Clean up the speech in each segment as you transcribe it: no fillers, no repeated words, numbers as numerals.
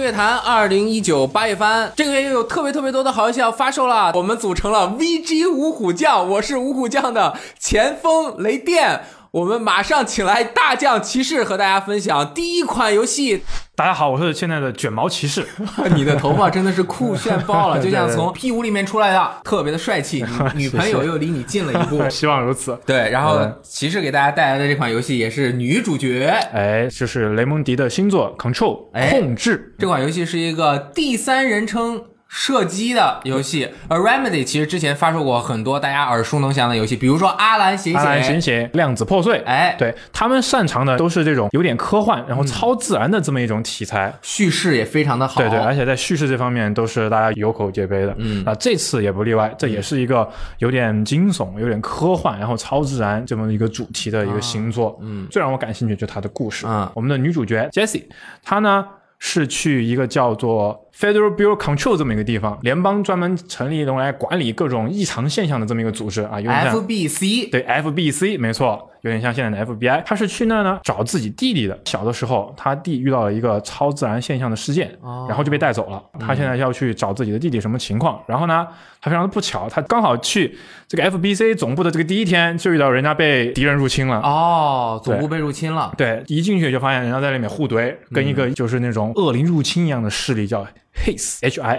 乐坛2019 8月番，这个月又有特别多的好游戏要发售了，我们组成了 VG 五虎将，我是五虎将的前锋雷电，我们马上请来大将骑士和大家分享第一款游戏。 大家好，我是现在的卷毛骑士。 你的头发真的是酷炫爆了，就像从屁股里面出来的，特别的帅气。女朋友又离你近了一步， 希望如此。 对，然后骑士给大家带来的这款游戏也是女主角， 就是雷蒙迪的新作 Control 控制。 这款游戏是一个第三人称射击的游戏，而 Remedy 其实之前发售过很多大家耳熟能详的游戏，比如说阿兰显血、 量子破碎， 对， 他们擅长的都是这种有点科幻然后超自然的这么一种题材， 叙事也非常的好， 对，而且在叙事这方面都是大家有口皆碑的。这次也不例外，这也是一个有点惊悚、有点科幻然后超自然这么一个主题的一个新作。最让我感兴趣就是它的故事。我们的女主角 Jessie， 她呢是去一个叫做 Federal Bureau Control 这么一个地方，联邦专门成立用来管理各种异常现象的这么一个组织啊，有点像 FBC， 对 FBC 没错，有点像现在的 FBI。他是去那呢找自己弟弟的，小的时候他弟遇到了一个超自然现象的事件，然后就被带走了。他现在要去找自己的弟弟什么情况，然后呢他非常的不巧，他刚好去这个 FBC 总部的这个第一天就遇到人家被敌人入侵了。 总部被入侵了。 对，一进去就发现人家在里面互怼，跟一个就是那种恶灵入侵一样的势力叫HISS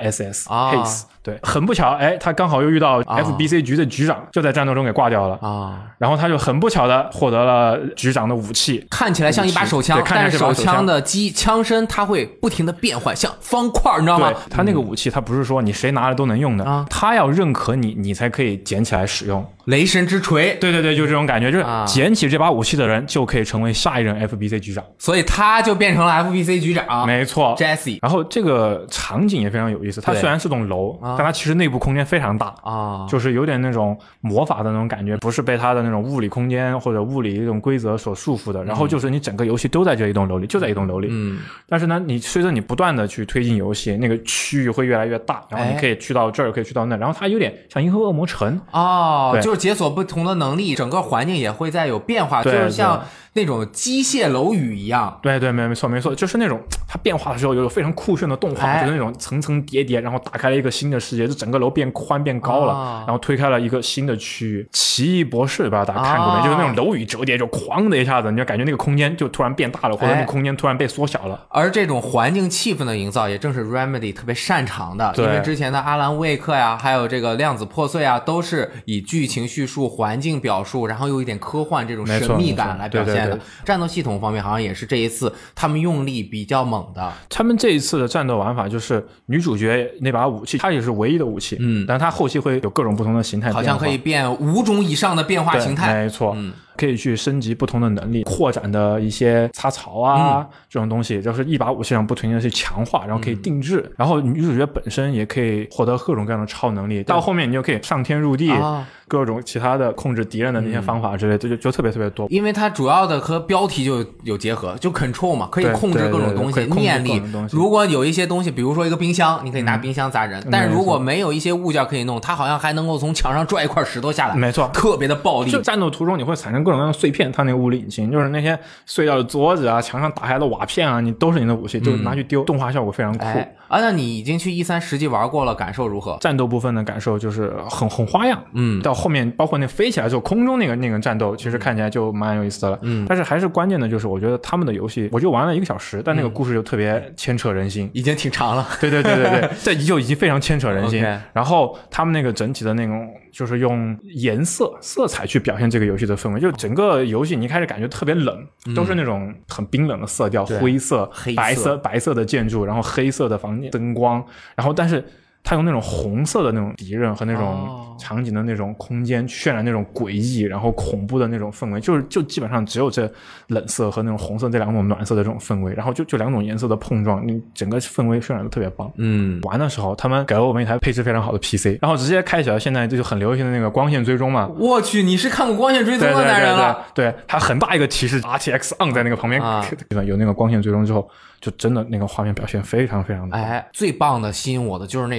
HISS， 对，很不巧，他刚好又遇到 FBC 局的局长，就在战斗中给挂掉了然后他就很不巧的获得了局长的武器， 看起来像一把手枪，但是手枪的枪身它会不停的变换，像方块，你知道吗？ 对，他那个武器他不是说你谁拿了都能用的，他要认可你才可以捡起来使用。 雷神之锤， 对，就这种感觉，就是捡起这把武器的人就可以成为下一任 FBC 局长， 所以他就变成了 FBC 局长， 没错 Jessie。 然后这个场景也非常有意思，它虽然是栋楼但它其实内部空间非常大就是有点那种魔法的那种感觉，不是被它的那种物理空间或者物理这种规则所束缚的，然后就是你整个游戏都在这一栋楼里，就在一栋楼里但是呢你随着你不断的去推进游戏，那个区域会越来越大，然后你可以去到这儿可以去到那，然后它有点像银河恶魔城就是解锁不同的能力，整个环境也会在有变化，就是像那种机械楼宇一样。 对，没错，就是那种它变化的时候有非常酷炫的动画，就是那种层层叠叠，然后打开了一个新的世界，就整个楼变宽变高了然后推开了一个新的区域。奇异博士吧，大家看过没？就是那种楼宇折叠就哐的一下子，你就感觉那个空间就突然变大了，或者那个空间突然被缩小了。 而这种环境气氛的营造也正是 Remedy 特别擅长的，因为之前的阿兰威克呀，还有这个量子破碎啊，都是以剧情叙述、环境表述，然后有一点科幻这种神秘感来表现的。战斗系统方面好像也是这一次他们用力比较猛的。 他们这一次的战斗玩法就是女主角那把武器，它也是唯一的武器，但它后期会有各种不同的形态变化， 好像可以变5种以上的变化形态。 没错，可以去升级不同的能力，扩展的一些插槽这种东西，就是一把武器上不停的去强化，然后可以定制然后女主角本身也可以获得各种各样的超能力，到后面你就可以上天入地各种其他的控制敌人的那些方法之类的就特别多。 因为它主要的和标题就有结合，就 control 嘛，可以控制各种东西，念力。如果有一些东西比如说一个冰箱，你可以拿冰箱砸人，但如果没有一些物件可以弄，它好像还能够从墙上拽一块石头下来， 没错， 特别的暴力。 就战斗途中你会产生各种各样的碎片，它那个物理引擎就是那些碎掉的桌子墙上打下来的瓦片你都是你的武器，就拿去丢，动画效果非常酷那你已经去E3实际玩过了，感受如何？ 战斗部分的感受就是很花样到后面包括那飞起来之后空中那个战斗其实看起来就蛮有意思的了但是还是关键的就是我觉得他们的游戏我就玩了1个小时，但那个故事就特别牵扯人心， 已经挺长了。 对，这就已经非常牵扯人心然后他们那个整体的那种就是用色彩去表现这个游戏的氛围，就整个游戏你一开始感觉特别冷都是那种很冰冷的色调，灰色、白色的建筑，然后黑色的房间灯光，然后但是他用那种红色的那种敌人和那种场景的那种空间渲染那种诡异然后恐怖的那种氛围，就基本上只有这冷色和那种红色这两种暖色的这种氛围，然后就两种颜色的碰撞，你整个氛围渲染的特别棒。玩的时候他们给了我们一台配置非常好的 PC， 然后直接开启了现在就很流行的那个光线追踪嘛。 我去，你是看过光线追踪的男人了。 对，它很大一个提示 RTX on 在那个旁边有那个光线追踪之后，就真的那个画面表现非常非常的最棒的吸引我的就是那种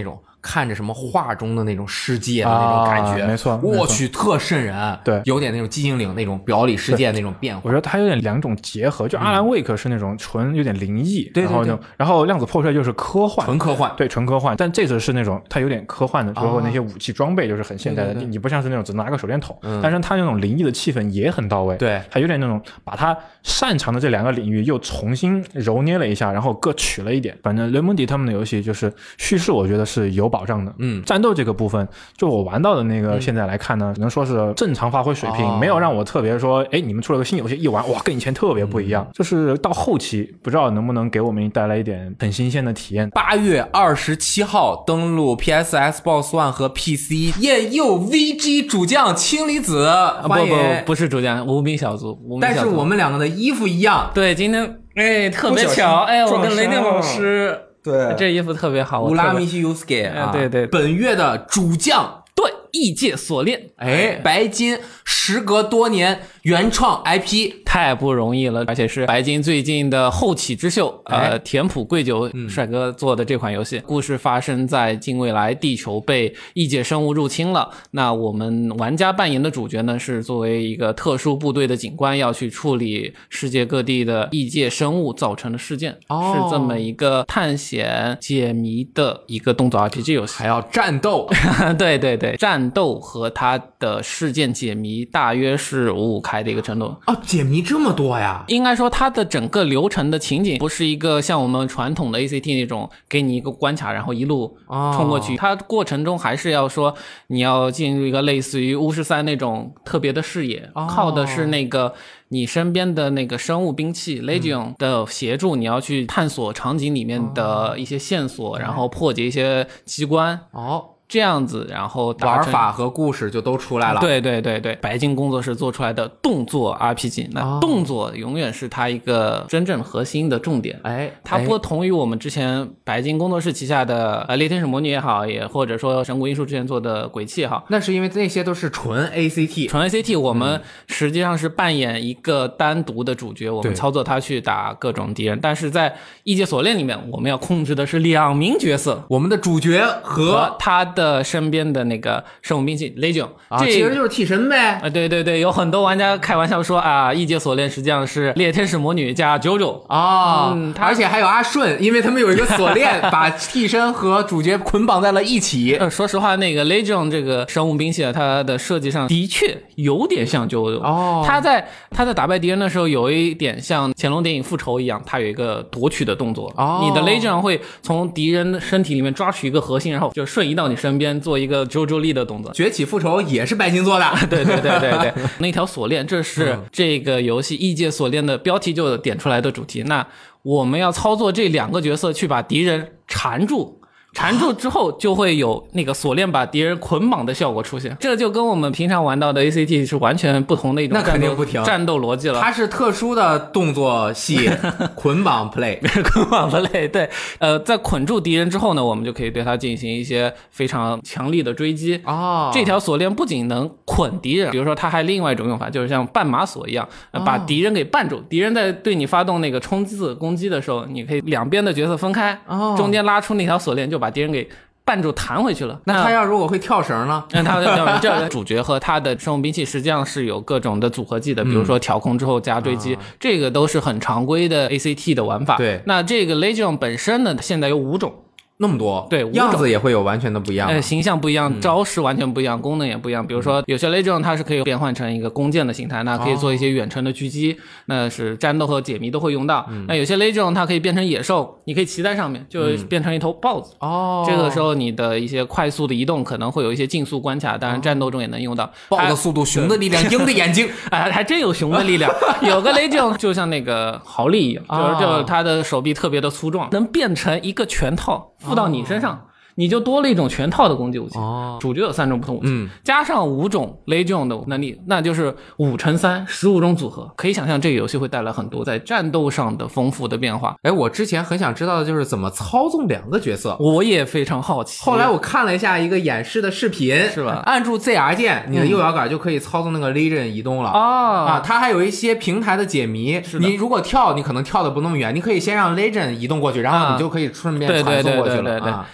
看着什么画中的那种世界的那种感觉， 没错， 我去特瘆人， 对， 有点那种寂静岭那种表里世界那种变化。 我觉得它有点两种结合，就阿兰威克是那种纯有点灵异， 对， 然后量子破碎就是科幻， 纯科幻， 对，纯科幻。但这次是那种它有点科幻的，包括那些武器装备就是很现代的，你不像是那种只拿个手电筒，但是它那种灵异的气氛也很到位， 对， 它有点那种把它擅长的这两个领域又重新揉捏了一下，然后各取了一点。反正雷蒙迪他们的游戏就是叙事，我觉得是有保障的。战斗这个部分，就我玩到的那个现在来看呢，只能说是正常发挥水平，没有让我特别说，哎，你们出了个新游戏一玩，哇，跟以前特别不一样。就是到后期，不知道能不能给我们带来一点很新鲜的体验。 8月27号登陆 PS、Xbox One 和 PC， 燕佑 VG 主将氢离子，欢迎。 不是主将，无名小卒。 但是我们两个的衣服一样。 对，今天特别巧，我跟雷电老师， 对， 这衣服特别好。 乌拉米西尤斯给啊， 对， 本月的主将。 对，异界锁链， 白金时隔多年原创 IP， 太不容易了，而且是白金最近的后起之秀，田浦贵久帅哥做的这款游戏。故事发生在近未来，地球被异界生物入侵了，那我们玩家扮演的主角呢，是作为一个特殊部队的警官，要去处理世界各地的异界生物造成的事件，是这么一个探险解谜的一个动作 RPG 游戏， 还要战斗。 对，战斗和它的事件解谜大约是5开的一个程度。 解谜这么多呀？ 应该说它的整个流程的情景不是一个像我们传统的 ACT 那种给你一个关卡然后一路冲过去，它过程中还是要说你要进入一个类似于巫师3那种特别的视野，靠的是那个你身边的那个生物兵器 Legion 的协助，你要去探索场景里面的一些线索，然后破解一些机关。这样子，然后玩法和故事就都出来了。 对，白金工作室做出来的动作 RPG， 那动作永远是它一个真正核心的重点。它不同于我们之前白金工作室旗下的猎天使魔女也好，也或者说神谷英树之前做的鬼泣也好， 那是因为那些都是纯 ACT， 我们实际上是扮演一个单独的主角，我们操作它去打各种敌人。但是在异界锁链里面，我们要控制的是2名角色， 我们的主角和他的身边的那个生物兵器 Legion， 这其实就是替身呗。 对，有很多玩家开玩笑说异界锁链实际上是猎天使魔女加 JoJo 而且还有阿顺，因为他们有一个锁链把替身和主角捆绑在了一起。 说实话，那个 Legion 这个生物兵器它的设计上的确有点像 JoJo。他在打败敌人的时候有一点像乾隆电影复仇一样，它有一个夺取的动作。你的 Legion 会从敌人的身体里面抓取一个核心，然后就瞬移到你身边做一个 JoJo 力的动作。 崛起复仇也是白金做的。 对，那条锁链，这是这个游戏异界锁链的标题就点出来的主题。那我们要操作这2个角色去把敌人缠住之后，就会有那个锁链把敌人捆绑的效果出现。这就跟我们平常玩到的 ACT 是完全不同的一种战斗逻辑了。 它是特殊的动作系捆绑 play 对。在捆住敌人之后呢，我们就可以对它进行一些非常强力的追击。这条锁链不仅能捆敌人，比如说它还另外一种用法，就是像绊马索一样，把敌人给绊住。敌人在对你发动那个冲刺攻击的时候，你可以2边的角色分开，中间拉出那条锁链，就把敌人给绊住弹回去了。 那他要如果会跳绳呢？ 这主角和他的生物兵器实际上是有各种的组合技的，比如说调控之后加追击，这个都是很常规的 ACT 的玩法。 对， 那这个 Legion 本身呢，现在有5种。 那么多， 对， 样子也会有完全的不一样， 形象不一样，招式完全不一样，功能也不一样。比如说有些 Legion 它是可以变换成一个弓箭的形态，那可以做一些远程的狙击，那是战斗和解谜都会用到。那有些 Legion 它可以变成野兽，你可以骑在上面，就变成一头豹子。这个时候你的一些快速的移动可能会有一竞速关卡，当然战斗中也能用到。 豹的速度，熊的力量，鹰的眼睛， 还真有熊的力量。有个 Legion 就像那个豪利一样，就是它的手臂特别的粗壮，能变成一个拳套附到你身上。你就多了一种全套的攻击武器。主角有3种不同武器，加上5种 Legion 的能力，那就是5×3 15种组合。可以想象这个游戏会带来很多在战斗上的丰富的变化。 我之前很想知道的就是怎么操纵2个角色， 我也非常好奇。 后来我看了一下一个演示的视频， 是吧？ 按住 ZR 键，你的右摇杆就可以操纵那个 Legion 移动了。它还有一些平台的解谜，你如果跳，你可能跳的不那么远，你可以先让 Legion 移动过去，然后你就可以顺便传送过去了。 这个游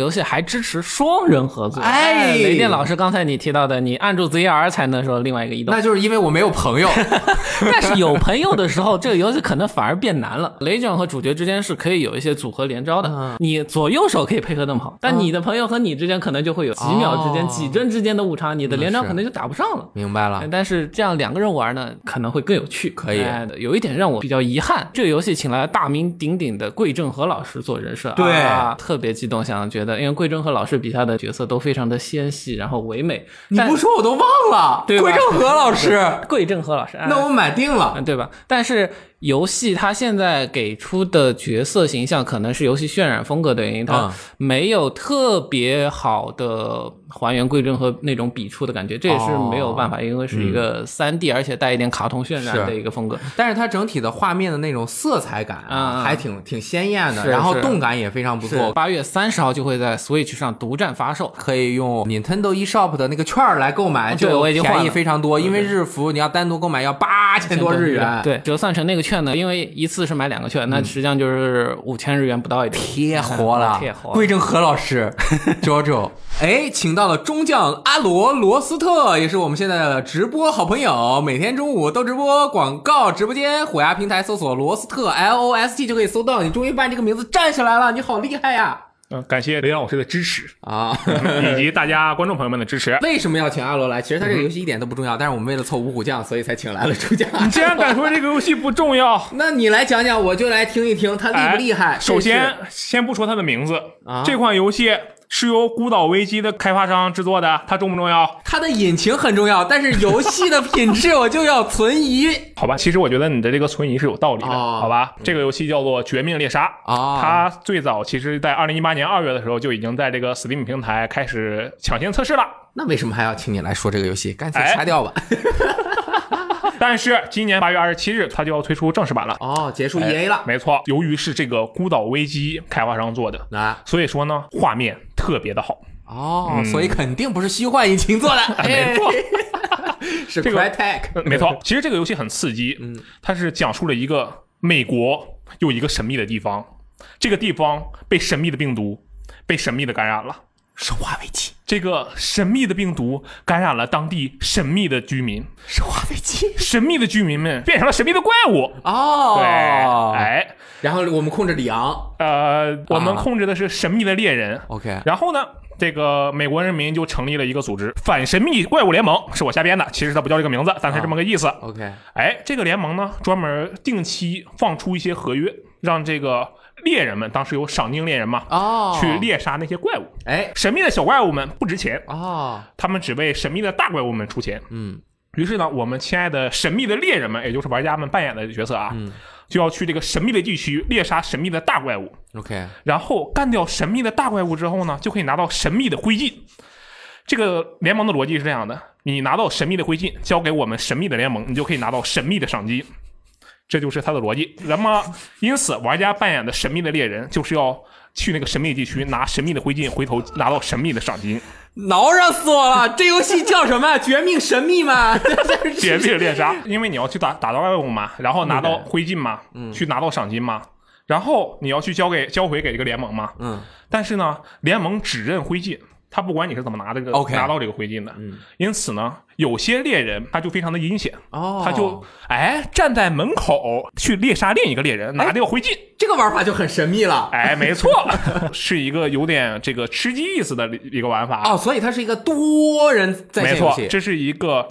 游戏还支持双人合作。雷电老师刚才你提到的，你按住 ZR 才能说另外一个移动， 那就是因为我没有朋友。 但是有朋友的时候，这个游戏可能反而变难了。雷卷和主角之间是可以有一些组合连招的，你左右手可以配合那么好，但你的朋友和你之间可能就会有几秒之间、几帧之间的误差，你的连招可能就打不上了。 明白了。 但是这样2个人玩呢，可能会更有趣。 可以。 有一点让我比较遗憾，这个游戏请来了大名鼎鼎的桂正和老师做人设， 对， 特别激动，想觉得因为桂正和老师笔下的角色都非常的纤细，然后唯美。 你不说我都忘了， 对吧？ 桂正和老师， 桂正和老师， 那我买定了， 对吧？但是游戏它现在给出的角色形象可能是游戏渲染风格的原因，它没有特别好的还原桂正和那种笔触的感觉，这也是没有办法，因为是一个3D 而且带一点卡通渲染的一个风格。 但是它整体的画面的那种色彩感还挺鲜艳的，然后动感也非常不错。 8月30号就会在 Switch 上独占发售， 可以用 Nintendo eShop 的那个券来购买，就便宜非常多。因为日服你要单独购买要8000多日元， 对，折算成那个券呢，因为一次是买2个券，那实际上就是5000日元不到一点， 贴活了。桂正和老师，JoJo，请到了中将阿罗斯特，也是我们现在的直播好朋友，每天中午都直播，广告直播间，虎牙平台搜索罗斯特 LOST 就可以搜到。你终于把你这个名字站起来了，你好厉害呀！ 感谢雷老师的支持啊， 以及大家观众朋友们的支持。 为什么要请阿罗来？其实他这个游戏一点都不重要，但是我们为了凑五虎将，所以才请来了主将。 你既然敢说这个游戏不重要， 那你来讲讲，我就来听一听他厉不厉害。 首先不说他的名字，这款游戏是由孤岛危机的开发商制作的，它重不重要？它的引擎很重要，但是游戏的品质我就要存疑。 好吧，其实我觉得你的这个存疑是有道理的，好吧？这个游戏叫做《绝命猎杀》它最早其实在2018年2月的时候就已经在这个 Steam 平台开始抢先测试了。 那为什么还要请你来说这个游戏？干脆掐掉吧。 但是今年8月27日它就要推出正式版了结束 EA 了。 没错，由于是这个孤岛危机开发商做的所以说呢画面特别的好所以肯定不是虚幻引擎做的没错是 Crytek 没错。其实这个游戏很刺激它是讲述了一个美国有一个神秘的地方，这个地方被神秘的病毒被神秘的感染了， 生化危机。 这个神秘的病毒感染了当地神秘的居民， 生化危机。 神秘的居民们变成了神秘的怪物对， 然后我们控制里昂我们控制的是神秘的猎人 OK， 然后呢这个美国人民就成立了一个组织反神秘怪物联盟，是我瞎编的，其实它不叫这个名字，但是这么个意思 OK， 这个联盟呢专门定期放出一些合约，让这个猎人们，当时有赏金猎人嘛去猎杀那些怪物神秘的小怪物们不值钱他们只为神秘的大怪物们出钱于是呢我们亲爱的神秘的猎人们，也就是玩家们扮演的角色就要去这个神秘的地区猎杀神秘的大怪物 OK， 然后干掉神秘的大怪物之后呢就可以拿到神秘的灰烬。这个联盟的逻辑是这样的，你拿到神秘的灰烬交给我们神秘的联盟，你就可以拿到神秘的赏金，这就是它的逻辑。那么因此玩家扮演的神秘的猎人就是要去那个神秘地区拿神秘的灰烬，回头拿到神秘的赏金。 挠上死我了，这游戏叫什么？绝命神秘吗？ 绝命猎杀。因为你要去打到怪物嘛，然后拿到灰烬嘛去拿到赏金嘛，然后你要去交回给这个联盟嘛但是呢联盟只认灰烬，他不管你是怎么拿这个拿到这个灰烬的因此呢有些猎人他就非常的阴险他就站在门口去猎杀另一个猎人，拿掉灰烬， 这个玩法就很神秘了没错是一个有点这个吃鸡意思的一个玩法所以它是一个多人在线游戏。 没错，这是一个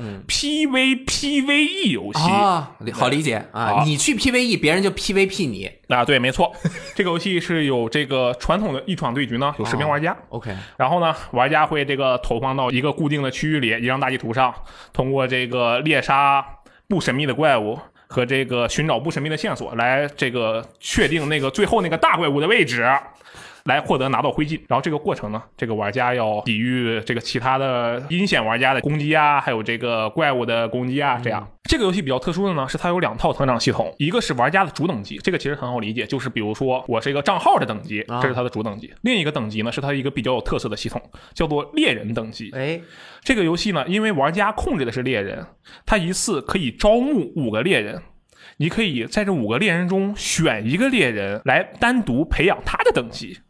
PVPVE 游戏好理解你去 PVE 别人就 PVP 你对没错这个游戏是有这个传统的一场对局呢有10名玩家 OK， 然后呢玩家会这个投放到一个固定的区域里，一张大地图上，通过这个猎杀不神秘的怪物和这个寻找不神秘的线索来这个确定那个最后那个大怪物的位置，来获得拿到灰烬。然后这个过程呢这个玩家要抵御这个其他的阴险玩家的攻击还有这个怪物的攻击这样这个游戏比较特殊的呢是它有2套成长系统，一个是玩家的主等级，这个其实很好理解，就是比如说我是一个账号的等级这是它的主等级另一个等级呢是它一个比较有特色的系统，叫做猎人等级这个游戏呢因为玩家控制的是猎人，他一次可以招募5个猎人，你可以在这5个猎人中选一个猎人来单独培养他的等级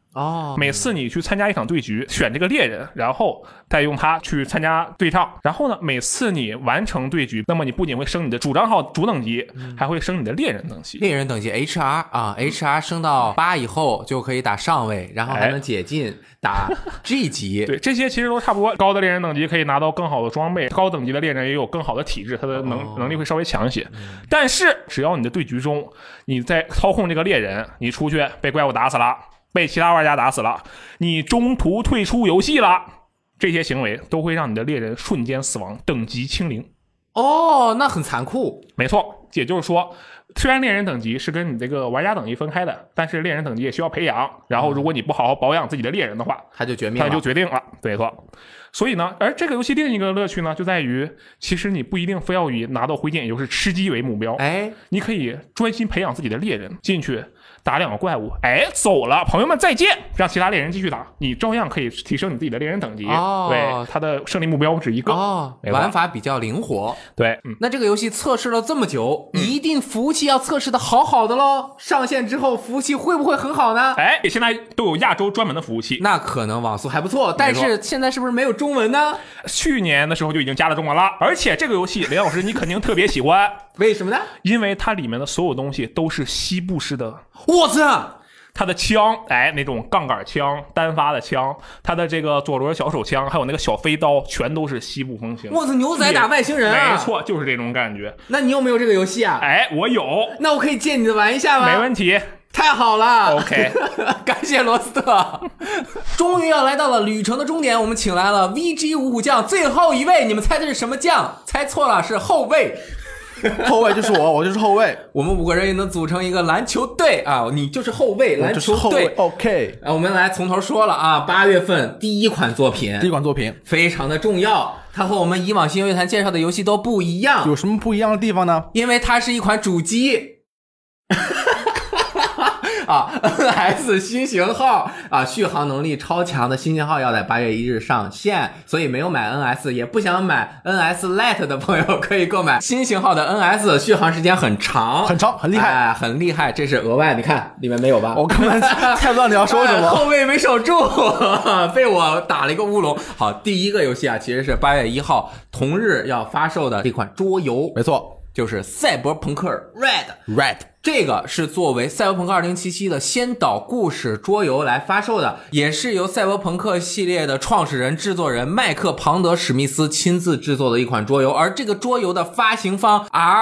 每次你去参加一场对局，选这个猎人，然后再用它去参加对仗，然后呢，每次你完成对局，那么你不仅会升你的主账号主等级，还会升你的猎人等级。 猎人等级 HR 啊 ，HR 升到8以后就可以打上位，然后还能解禁打 G 级。 对，这些其实都差不多。高的猎人等级可以拿到更好的装备，高等级的猎人也有更好的体质，他的能力会稍微强一些。但是只要你的对局中你在操控这个猎人，你出去被怪物打死了，被其他玩家打死了，你中途退出游戏了，这些行为都会让你的猎人瞬间死亡，等级清零。 那很残酷。 没错，也就是说，虽然猎人等级是跟你这个玩家等级分开的，但是猎人等级也需要培养。然后，如果你不好好保养自己的猎人的话， 他就绝命了， 他就决定了。没错。所以呢，而这个游戏另一个乐趣呢，就在于，其实你不一定非要以拿到徽件，也就是吃鸡为目标。你可以专心培养自己的猎人，进去打2个怪物，走了，朋友们再见，让其他猎人继续打，你照样可以提升你自己的猎人等级。对，他的胜利目标只一个。 玩法比较灵活。 对， 那这个游戏测试了这么久，一定服务器要测试的好好的咯。上线之后服务器会不会很好呢？ 现在都有亚洲专门的服务器， 那可能网速还不错，但是现在是不是没有中文呢？ 去年的时候就已经加了中文了，而且这个游戏林老师你肯定特别喜欢。 为什么呢？ 因为它里面的所有东西都是西部式的。 我操！ 它的枪，那种杠杆枪、单发的枪，它的这个左轮小手枪，还有那个小飞刀，全都是西部风情。 我操，牛仔打外星人啊！ 没错，就是这种感觉。 那你有没有这个游戏啊？ 我有。 那我可以借你的玩一下吗？ 没问题。 太好了 ，OK， 感谢罗斯特。终于要来到了旅程的终点，我们请来了 VG 五虎将最后一位，你们猜的是什么将？猜错了，是后卫。 后卫就是我就是后卫。 我们5个人也能组成一个篮球队啊！你就是后卫，篮球队。 OK， 我们来从头说了啊！8月份第一款作品非常的重要，它和我们以往新乐坛介绍的游戏都不一样。 有什么不一样的地方呢？ 因为它是一款主机。NS 新型号续航能力超强的新型号要在8月1日上线，所以没有买 NS 也不想买 NS Lite 的朋友可以购买新型号的 NS， 续航时间很长， 很厉害， 很厉害。这是额外，你看里面没有吧？ 我根本猜不到你要说什么。 后卫没守住，被我打了一个乌龙。好，第一个游戏其实是8月1号同日要发售的这款桌游， 没错， 就是赛博朋克 Red。这个是作为赛博朋克2077的先导故事桌游来发售的，也是由赛博朋克系列的创始人制作人麦克庞德史密斯亲自制作的一款桌游，而这个桌游的发行方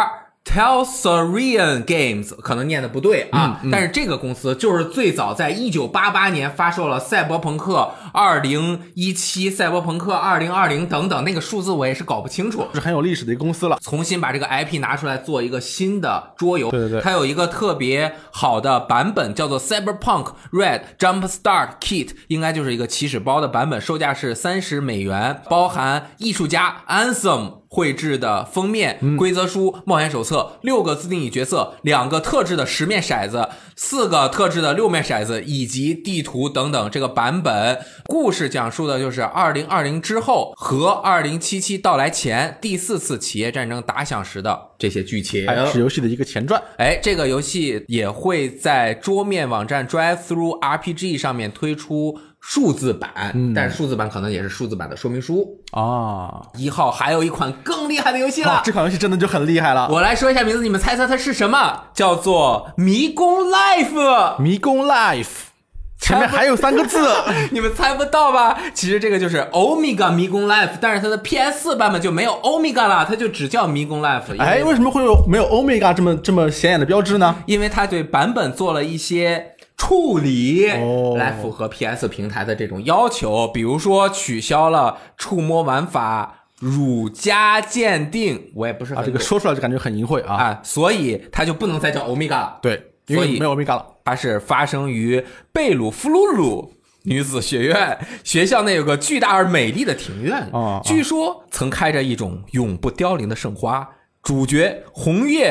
Telsarian Games 可能念的不对但是这个公司就是最早在1988年发售了赛博朋克2017、赛博朋克2020等等，那个数字我也是搞不清楚， 是很有历史的一个公司了。 重新把这个 IP 拿出来做一个新的桌游， 对， 它有一个特别好的版本叫做 Cyberpunk Red Jumpstart Kit， 应该就是一个起始包的版本，售价是$30，包含艺术家 Ansem绘制的封面、规则书、冒险手册、6个自定义角色、2个特制的10面骰子、4个特制的6面骰子以及地图等等。这个版本故事讲述的就是2020之后和2077到来前第4次企业战争打响时的这些剧情， 是游戏的一个前传。 这个游戏也会在桌面网站 Drive-Thru RPG 上面推出数字版，但是数字版可能也是数字版的说明书1号还有一款更厉害的游戏了， 这款游戏真的就很厉害了。 我来说一下名字，你们猜猜它是什么？叫做迷宫 Life。 迷宫 Life 前面还有3个字你们猜不到吧？其实这个就是 Omega 迷宫 Life， 但是它的 PS4 版本就没有 Omega 了，它就只叫迷宫 Life。 为什么会没有 Omega 这么显眼的标志呢？ 因为它对版本做了一些处理来符合 PS 平台的这种要求，比如说取消了触摸玩法乳加鉴定，我也不是很这个说出来就感觉很淫秽所以它就不能再叫 Omega 了。 对，因为没有 Omega 了。 它是发生于贝鲁弗鲁鲁女子学院，学校内有个巨大而美丽的庭院，据说曾开着一种永不凋零的圣花。主角红月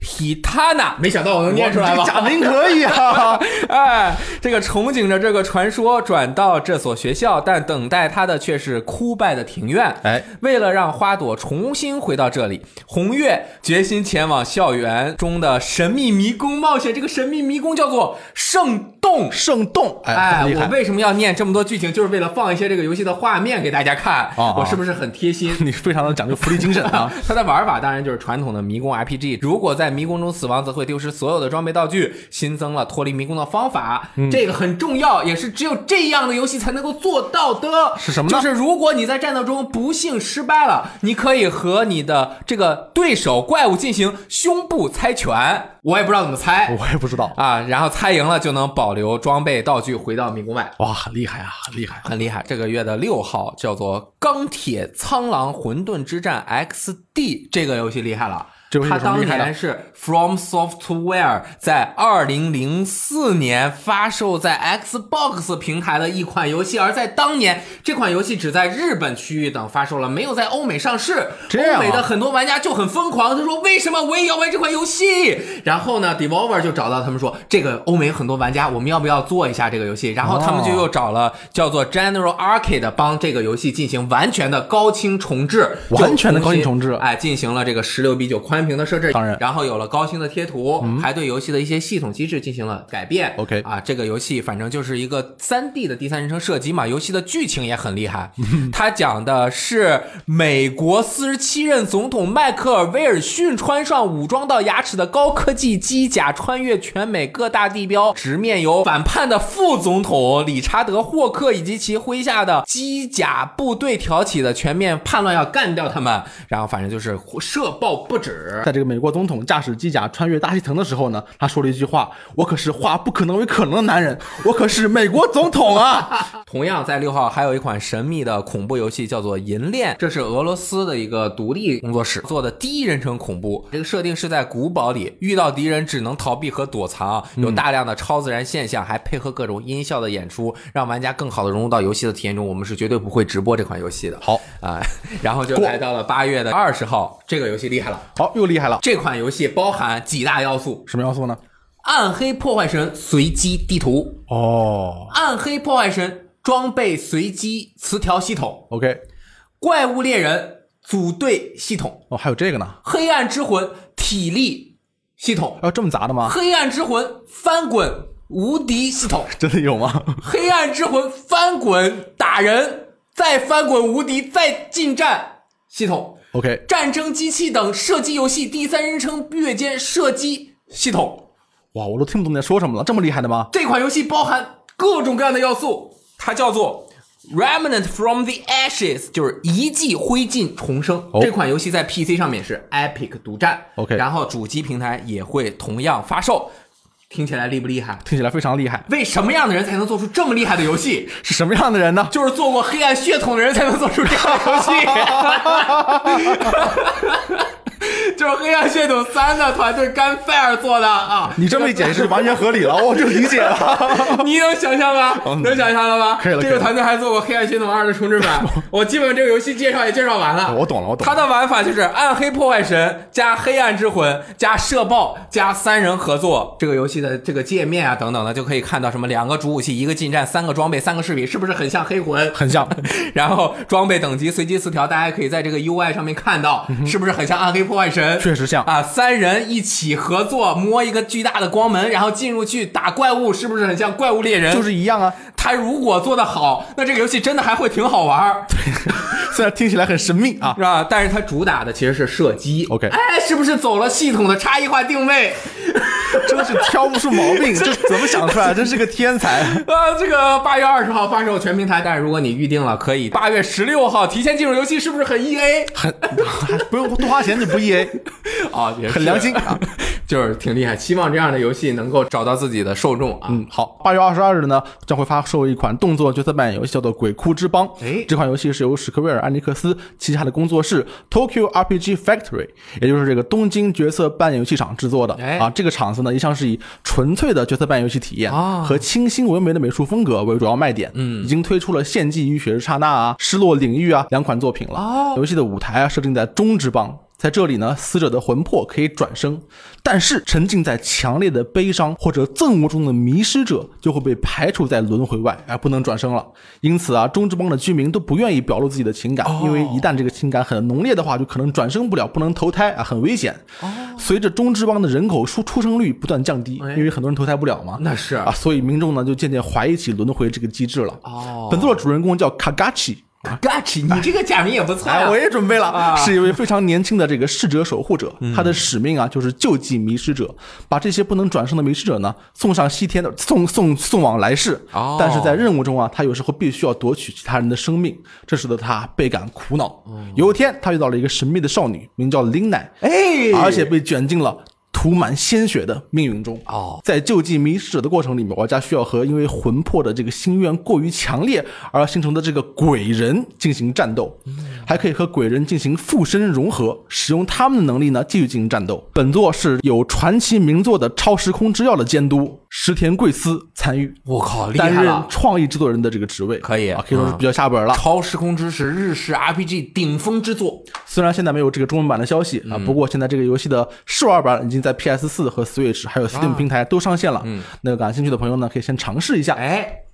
Hitana， 没想到我能念出来吧？ 假名可以啊！ 哎，这个憧憬着这个传说转到这所学校，但等待他的却是枯败的庭院。 哎， 为了让花朵重新回到这里，红月决心前往校园中的神秘迷宫冒险。这个神秘迷宫叫做圣洞。 圣洞， 哎， 厉害我为什么要念这么多剧情，就是为了放一些这个游戏的画面给大家看。我是不是很贴心？ 你非常的讲究福利精神啊！ 它的玩法当然就是传统的迷宫 RPG， 如果在迷宫中死亡，则会丢失所有的装备道具，新增了脱离迷宫的方法。这个很重要，也是只有这样的游戏才能够做到的。 是什么呢？ 就是如果你在战斗中不幸失败了，你可以和你的这个对手怪物进行胸部猜拳。我也不知道怎么猜， 我也不知道啊。然后猜赢了就能保留装备道具回到迷宫外。 哇，很厉害啊，很厉害， 很厉害。这个月的6号叫做钢铁苍狼混沌之战 XD， 这个游戏厉害了。它当年是 From Software 在2004年发售在 Xbox 平台的一款游戏，而在当年这款游戏只在日本区域等发售了，没有在欧美上市。欧美的很多玩家就很疯狂，他说为什么我也要玩这款游戏？然后呢 Devolver 就找到他们说，这个欧美很多玩家，我们要不要做一下这个游戏？然后他们就又找了叫做 General Arcade 帮这个游戏进行完全的高清重置， 完全的高清重置， 哎，进行了这个16:9宽屏的设置， 当然， 然后有了高清的贴图，还对游戏的一些系统机制进行了改变。 OK 啊，这个游戏反正就是一个3D 的第三人称射击嘛，游戏的剧情也很厉害。它讲的是美国47任总统迈克尔·威尔逊穿上武装到牙齿的高科技机甲，穿越全美各大地标，直面由反叛的副总统理查德·霍克以及其麾下的机甲部队挑起的全面叛乱，要干掉他们。然后反正就是射爆不止。 在这个美国总统驾驶机甲穿越大气层的时候呢，他说了一句话：我可是化不可能为可能的男人，我可是美国总统啊。 同样在6号还有一款神秘的恐怖游戏叫做银链，这是俄罗斯的一个独立工作室做的第一人称恐怖。这个设定是在古堡里，遇到敌人只能逃避和躲藏，有大量的超自然现象，还配合各种音效的演出，让玩家更好的融入到游戏的体验中。我们是绝对不会直播这款游戏的。 好然后就来到了8月的20号，这个游戏厉害了。 好，又厉害了。 这款游戏包含几大要素。 什么要素呢？ 暗黑破坏神随机地图。暗黑破坏神装备随机词条系统。 OK。 怪物猎人组队系统。 还有这个呢。 黑暗之魂体力系统。 这么杂的吗？ 黑暗之魂翻滚无敌系统。 真的有吗？ 黑暗之魂翻滚打人再翻滚无敌再近战系统。 OK。 战争机器等射击游戏第三人称越肩射击系统。 哇，我都听不懂你在说什么了，这么厉害的吗？ 这款游戏包含各种各样的要素，它叫做 Remnant from the Ashes， 就是遗迹灰烬重生。这款游戏在 PC 上面是 Epic 独占。 OK。 然后主机平台也会同样发售。听起来厉不厉害？ 听起来非常厉害。 为什么样的人才能做出这么厉害的游戏？ 是什么样的人呢？ 就是做过黑暗血统的人才能做出这样的游戏。就是黑暗血统3的团队Gunfire 做的啊！ 你这么一解释完全合理了，我就理解了。 你能想象吗？能想象了吗？ 可以了。 这个团队还做过黑暗血统2的重置版，我基本这个游戏介绍也介绍完了。 我懂了。 它的玩法就是暗黑破坏神加黑暗之魂加射爆加3人合作。这个游戏的这个界面啊等等的，就可以看到什么2个主武器1个近战3个装备3个饰品，是不是很像黑魂？ 很像。 然后装备等级随机词条，大家可以在这个 UI 上面看到，是不是很像暗黑破坏神？ 确实像啊！3人一起合作摸一个巨大的光门，然后进入去打怪物，是不是很像怪物猎人？ 就是一样啊。 他如果做得好，那这个游戏真的还会挺好玩。 虽然听起来很神秘啊， 是吧？但是它主打的其实是射击。 OK。 哎，是不是走了系统的差异化定位？ 真是挑不出毛病，这怎么想出来？真是个天才。 这个8月20号发售全平台，但是如果你预定了，可以8月16号提前进入游戏，是不是很 EA？ 不用多花钱就不 EA 啊，也是很良心啊， 就是挺厉害。希望这样的游戏能够找到自己的受众啊。 好，8月22日呢将会发售一款动作角色扮演游戏，叫做《鬼哭之邦》。这款游戏是由史克威尔艾尼克斯旗下的工作室 Tokyo RPG Factory， 也就是这个东京角色扮演游戏厂制作的。这个厂子呢一向是以纯粹的角色扮演游戏体验和清新唯美的美术风格为主要卖点。已经推出了献祭与雪之刹那啊、失落领域啊2款作品了。游戏的舞台啊设定在中之邦， 在这里呢，死者的魂魄可以转生，但是沉浸在强烈的悲伤或者憎恶中的迷失者就会被排除在轮回外，不能转生了。因此啊，中之邦的居民都不愿意表露自己的情感，因为一旦这个情感很浓烈的话，就可能转生不了，不能投胎很危险。随着中之邦的人口出生率不断降低，因为很多人投胎不了嘛， 那是所以民众呢就渐渐怀疑起轮回这个机制了。本作的主人公叫卡嘎奇。 Gachi， 你这个假名也不错呀！ 我也准备了，是一位非常年轻的这个逝者守护者，他的使命啊就是救济迷失者，把这些不能转生的迷失者呢送上西天的送往来世。但是在任务中啊，他有时候必须要夺取其他人的生命，这使得他倍感苦恼。有一天，他遇到了一个神秘的少女，名叫林奈，而且被卷进了涂满鲜血的命运中。在救济迷失者的过程里面，玩家需要和因为魂魄的这个心愿过于强烈而形成的这个鬼人进行战斗，还可以和鬼人进行附身融合，使用他们的能力呢继续进行战斗。本作是有传奇名作的超时空之钥的监督石田贵司参与， 我靠，厉害了， 担任创意制作人的这个职位， 可以说是比较下本了。 超时空之是日式 RPG 顶峰之作， 虽然现在没有这个中文版的消息不过现在这个游戏的试玩版已经在 PS4 和 Switch 还有 Steam 平台都上线了。那个感兴趣的朋友呢，可以先尝试一下。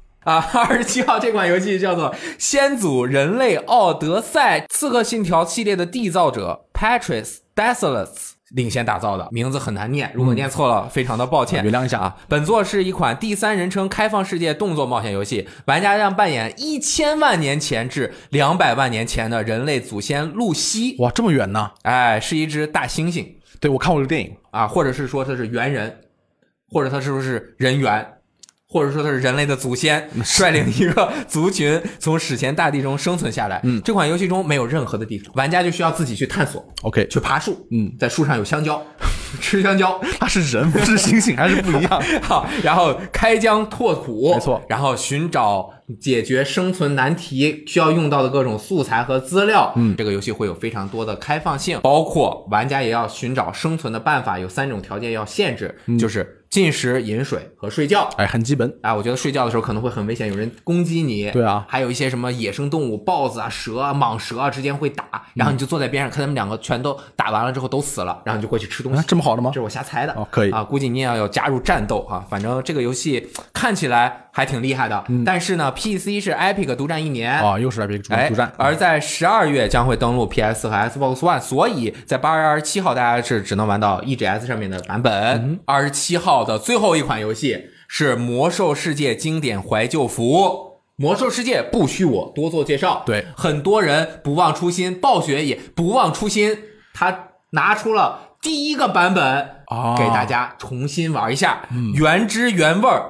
27号这款游戏叫做《先祖人类奥德赛》，刺客信条系列的缔造者 Patrice Désilets领先打造的，名字很难念，如果念错了非常的抱歉， 原谅一下。 本作是一款第三人称开放世界动作冒险游戏，玩家将扮演1000万年前至200万年前的人类祖先露西。 哇，这么远呢？ 是一只大猩猩。 对，我看过这个电影或者是说它是猿人，或者它是不是人猿，或者说他是人类的祖先，率领一个族群从史前大地中生存下来。这款游戏中没有任何的地图，玩家就需要自己去探索。 OK， 去爬树。在树上有香蕉，吃香蕉。 他是人不是猩猩，还是不一样。 好，然后开疆拓土， 没错。 然后寻找解决生存难题需要用到的各种素材和资料。这个游戏会有非常多的开放性，包括玩家也要寻找生存的办法，有3种条件要限制，就是进食、饮水和睡觉。 很基本。 我觉得睡觉的时候可能会很危险，有人攻击你。 对啊， 还有一些什么野生动物，豹子啊、蛇啊、蟒蛇啊之间会打，然后你就坐在边上看他们2个全都打完了之后都死了，然后你就过去吃东西。 这么好的吗？ 这是我瞎猜的。 可以估计你也要加入战斗反正这个游戏看起来还挺厉害的。但是呢 PC 是 Epic 独占1年又是 Epic 独占。 而在12月将会登陆 PS 和 Xbox One， 所以在8月27号大家是只能玩到 EGS 上面的版本。27号的最后一款游戏是魔兽世界经典怀旧服。魔兽世界不需我多做介绍， 对， 很多人不忘初心，暴雪也不忘初心，他拿出了第1个版本给大家重新玩一下，原汁原味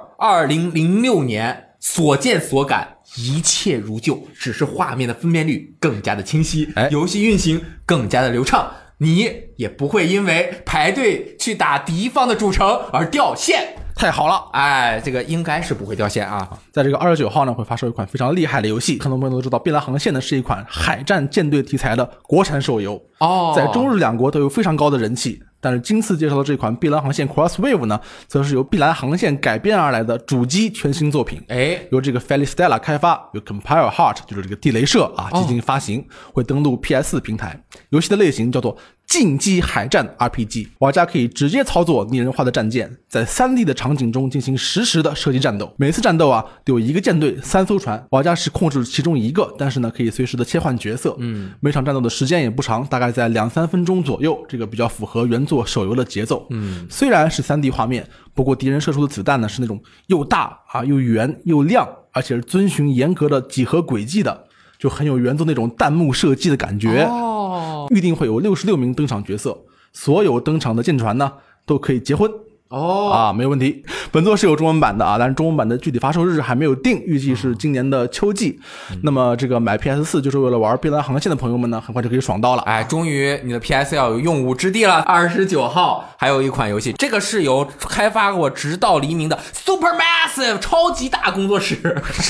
，2006年所见所感一切如旧，只是画面的分辨率更加的清晰，游戏运行更加的流畅，你也不会因为排队去打敌方的主城而掉线。 太好了， 这个应该是不会掉线啊。 在这个2月9号呢，会发售一款非常厉害的游戏，很多朋友都知道，碧蓝航线呢是一款海战舰队题材的国产手游，在中日两国都有非常高的人气。但是今次介绍的这款碧蓝航线 Crosswave 呢，则是由碧蓝航线改编而来的主机全新作品，由这个 Felistella 开发，由 Compile Heart 就是这个地雷社进行发行，会登陆 PS4 平台。游戏的类型叫做竞技海战 RPG， 玩家可以直接操作拟人化的战舰，在 3D 的场景中进行实时的射击战斗。每次战斗都有1个舰队3艘船，玩家是控制其中1个，但是呢可以随时的切换角色。每场战斗的时间也不长，大概在2-3分钟左右，这个比较符合原作手游的节奏。虽然是 3D 画面，不过敌人射出的子弹呢是那种又大又圆又亮，而且是遵循严格的几何轨迹的，就很有原作那种弹幕射击的感觉。预定会有66名登场角色，所有登场的舰船呢都可以结婚。没有问题。本作是有中文版的但是中文版的具体发售日还没有定，预计是今年的秋季。那么这个买 PS4 就是为了玩碧蓝航线的朋友们呢，很快就可以爽到了。 终于你的 PS 要有用武之地了。29号还有一款游戏，这个是由开发过直到黎明的 Supermassive 超级大工作室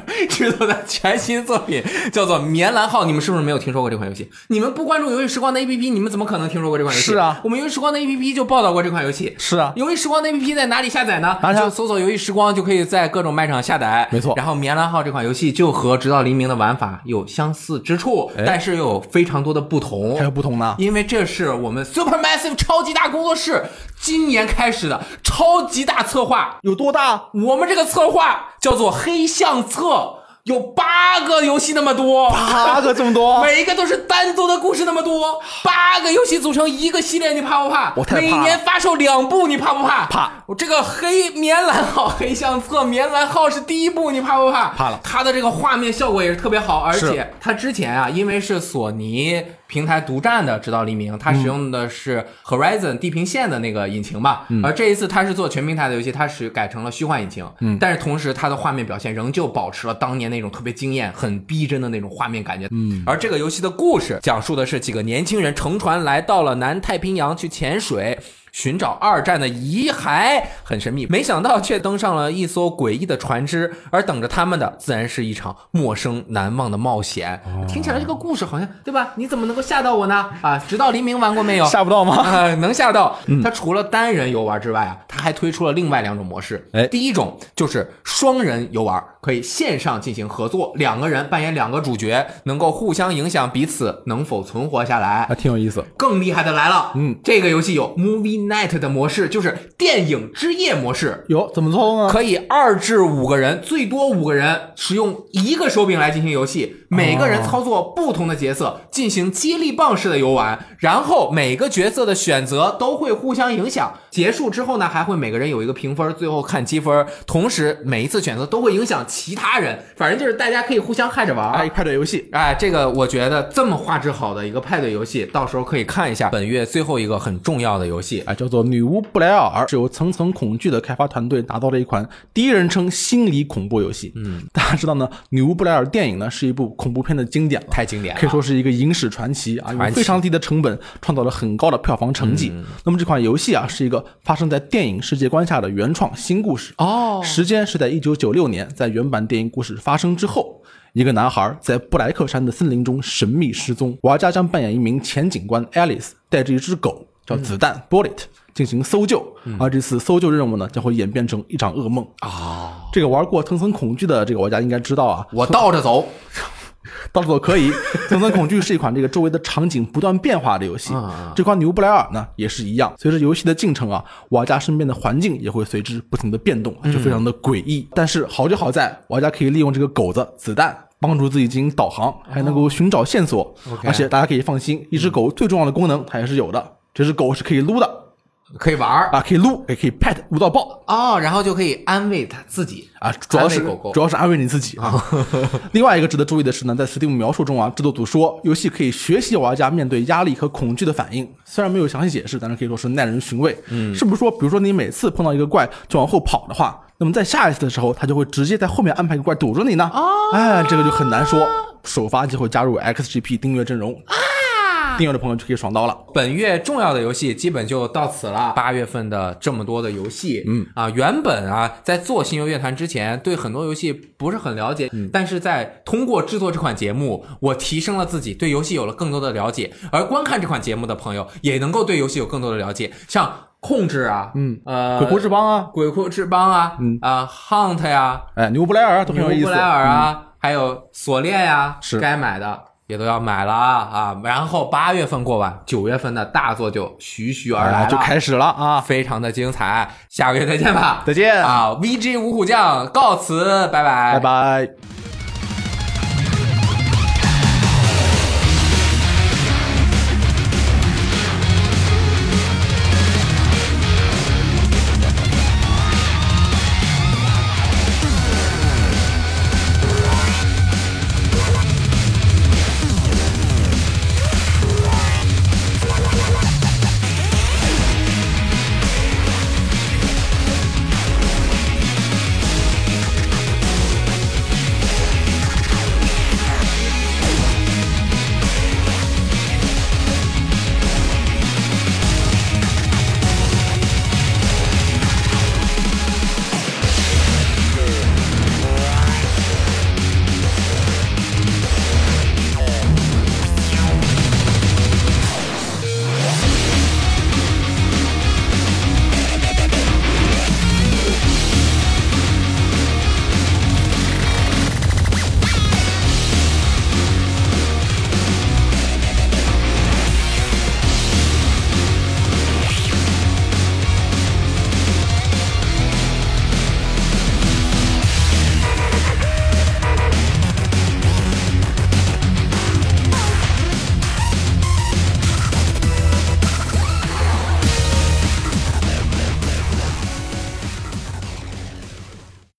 制作的全新作品，叫做《棉兰号》。你们是不是没有听说过这款游戏？你们不关注游戏时光的 APP， 你们怎么可能听说过这款游戏？ 是啊， 我们游戏时光的 APP 就报道过这款游戏。 是啊， 游戏时光的 APP 在哪里下载呢？就搜索游戏时光就可以在各种卖场下载。 没错。 然后《棉兰号》这款游戏就和《直到黎明》的玩法有相似之处，但是又有非常多的不同。 还有不同呢？ 因为这是我们 Supermassive 超级大工作室今年开始的超级大策划。 有多大？ 我们这个策划叫做黑相册，有8个游戏那么多 ，8个这么多， 每一个都是单独的故事那么多，8个游戏组成一个系列，你怕不怕？ 我太怕了。 每年发售2部，你怕不怕？ 怕。 我这个棉兰号黑相册，棉兰号是第1部，你怕不怕？ 怕了。 它的这个画面效果也是特别好，而且它之前啊，因为是索尼平台独占的《直到黎明》，它使用的是 Horizon 地平线的那个引擎嘛，而这一次它是做全平台的游戏，它是改成了虚幻引擎，但是同时它的画面表现仍旧保持了当年那种特别惊艳、很逼真的那种画面感觉。而这个游戏的故事讲述的是几个年轻人乘船来到了南太平洋去潜水，寻找2战的遗骸，很神秘，没想到却登上了一艘诡异的船只，而等着他们的自然是一场陌生难忘的冒险。听起来这个故事好像对吧？你怎么能够吓到我呢？直到黎明玩过没有？ 吓不到吗？ 能吓到。它除了单人游玩之外啊，它还推出了另外2种模式。第一种就是双人游玩，可以线上进行合作，2个人扮演2个主角，能够互相影响彼此能否存活下来， 还挺有意思。 更厉害的来了，这个游戏有 Movie Night 的模式，就是电影之夜模式。 有怎么做呢？ 可以2至5个人，最多5个人，使用1个手柄来进行游戏，每个人操作不同的角色，进行接力棒式的游玩，然后每个角色的选择都会互相影响。结束之后呢，还会每个人有一个评分，最后看积分，同时每一次选择都会影响其他人，反正就是大家可以互相害着玩。 派对游戏， 这个我觉得这么画质好的一个派对游戏，到时候可以看一下本月最后一个很重要的游戏， 叫做女巫布莱尔，是由层层恐惧的开发团队打造了一款第一人称心理恐怖游戏。大家知道呢，女巫布莱尔电影呢是一部恐怖片的经典了， 太经典了， 可以说是一个影史传奇啊，用非常低的成本创造了很高的票房成绩。那么这款游戏啊，是一个发生在电影世界观下的原创新故事。时间是在1996年，在原版电影故事发生之后，一个男孩在布莱克山的森林中神秘失踪，玩家将扮演一名前警官 Alice， 带着一只狗叫子弹 Bullet 进行搜救，而这次搜救任务呢，将会演变成一场噩梦。这个玩过层层恐惧的这个玩家应该知道啊， 我倒着走。 到处都可以。层层恐惧是一款这个周围的场景不断变化的游戏，这款女巫布莱尔呢也是一样，随着游戏的进程啊，玩家身边的环境也会随之不停的变动，就非常的诡异。但是好就好在玩家可以利用这个狗子子弹帮助自己进行导航，还能够寻找线索，而且大家可以放心，一只狗最重要的功能它也是有的，这只狗是可以撸的。 可以玩啊，可以撸，也可以 pet 撸到爆然后就可以安慰他自己啊，主要是安慰你自己啊。另外一个值得注意的是呢，在 Steam 描述中啊，制作组说游戏可以学习玩家面对压力和恐惧的反应，虽然没有详细解释，但是可以说是耐人寻味。是不是说，比如说你每次碰到一个怪就往后跑的话，那么在下一次的时候，他就会直接在后面安排一个怪堵着你呢？这个就很难说。首发就会加入 XGP 订阅阵容订阅的朋友就可以爽到了。 本月重要的游戏基本就到此了。8月份的这么多的游戏，原本啊，在做新游乐团之前，对很多游戏不是很了解，但是在通过制作这款节目，我提升了自己，对游戏有了更多的了解，而观看这款节目的朋友也能够对游戏有更多的了解，像控制啊， 鬼哭之邦啊，Hunt 呀， 女巫布莱尔都很有意思， 女巫布莱尔啊，还有锁链呀，是该买的也都要买了啊！然后8月份过完，9月份的大作就徐徐而来了， 就开始了啊， 非常的精彩。下个月再见吧， 再见啊 ！VG 五虎将告辞，拜拜， 拜拜。